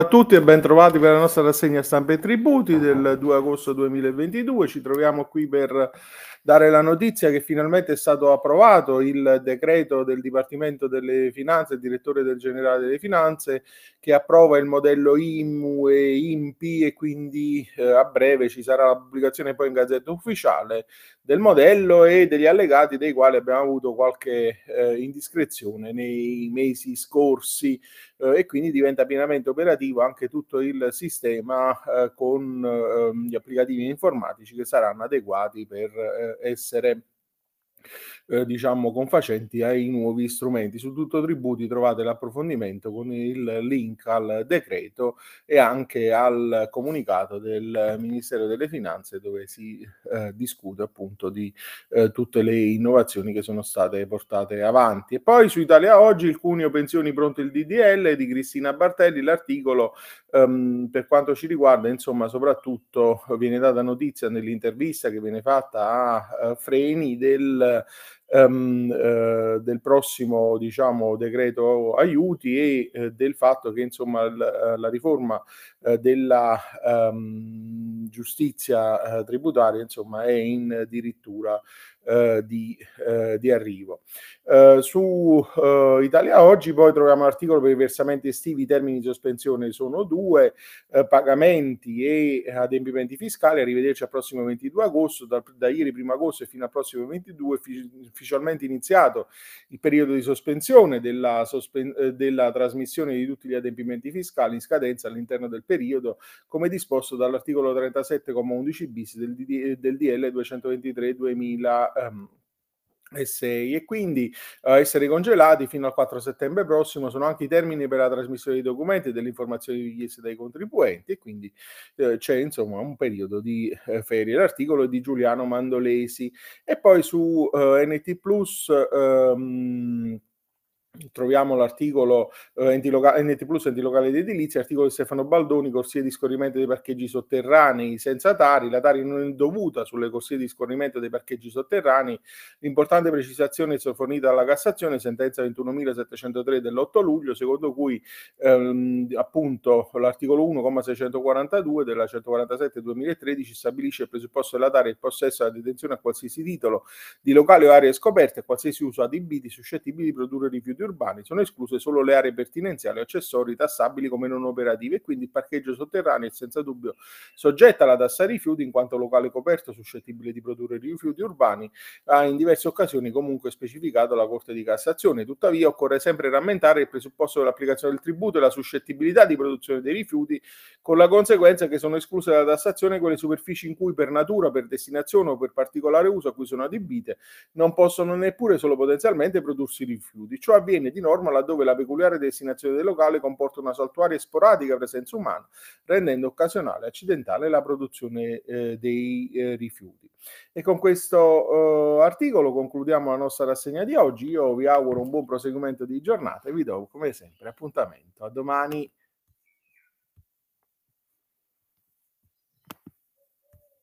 A tutti e ben trovati per la nostra rassegna stampa e tributi del 2 agosto 2022. Ci troviamo qui per dare la notizia che finalmente è stato approvato il decreto del Dipartimento delle Finanze, il direttore del Generale delle Finanze, che approva il modello IMU e INPI e quindi a breve ci sarà la pubblicazione poi in Gazzetta Ufficiale del modello e degli allegati dei quali abbiamo avuto qualche indiscrezione nei mesi scorsi e quindi diventa pienamente operativo anche tutto il sistema con gli applicativi informatici che saranno adeguati per essere diciamo confacenti ai nuovi strumenti. Su Tutto Tributi trovate l'approfondimento con il link al decreto e anche al comunicato del Ministero delle Finanze dove si discute appunto di tutte le innovazioni che sono state portate avanti. E poi su Italia Oggi il cuneo pensioni pronto il DDL di Cristina Bartelli, l'articolo per quanto ci riguarda, insomma, soprattutto viene data notizia nell'intervista che viene fatta a Freni del prossimo, diciamo, decreto aiuti e del fatto che, insomma, la riforma della giustizia tributaria, insomma, è in addirittura di arrivo. Su Italia Oggi poi troviamo l'articolo per i versamenti estivi, i termini di sospensione sono due, pagamenti e adempimenti fiscali, arrivederci al prossimo 22 agosto, da ieri 1 agosto e fino al prossimo 22 ufficialmente iniziato il periodo di sospensione della trasmissione di tutti gli adempimenti fiscali in scadenza all'interno del periodo, come disposto dall'articolo 37,11 bis del DL 223 2000 e quindi essere congelati fino al 4 settembre prossimo sono anche i termini per la trasmissione dei documenti e delle informazioni richieste dai contribuenti e quindi c'è insomma un periodo di ferie. L'articolo è di Giuliano Mandolesi e poi su NT Plus troviamo l'articolo NT Plus, enti locali di edilizia, articolo di Stefano Baldoni, corsie di scorrimento dei parcheggi sotterranei senza Tari, la Tari non è dovuta sulle corsie di scorrimento dei parcheggi sotterranei, l'importante precisazione è fornita dalla Cassazione, sentenza 21.703 dell'8 luglio, secondo cui appunto l'articolo 1,642 della 147-2013 stabilisce il presupposto della Tari il possesso e la detenzione a qualsiasi titolo di locali o aree scoperte a qualsiasi uso adibiti suscettibili di produrre rifiuti urbani, sono escluse solo le aree pertinenziali o accessori tassabili come non operative e quindi il parcheggio sotterraneo è senza dubbio soggetta alla tassa rifiuti in quanto locale coperto suscettibile di produrre rifiuti urbani ha in diverse occasioni comunque specificato la Corte di Cassazione. Tuttavia occorre sempre rammentare il presupposto dell'applicazione del tributo e la suscettibilità di produzione dei rifiuti con la conseguenza che sono escluse dalla tassazione quelle superfici in cui per natura, per destinazione o per particolare uso a cui sono adibite non possono neppure solo potenzialmente prodursi rifiuti. Ciò avviene di norma laddove la peculiare destinazione del locale comporta una saltuaria e sporadica presenza umana, rendendo occasionale e accidentale la produzione dei rifiuti. E con questo articolo concludiamo la nostra rassegna di oggi. Io vi auguro un buon proseguimento di giornata e vi do come sempre appuntamento a domani.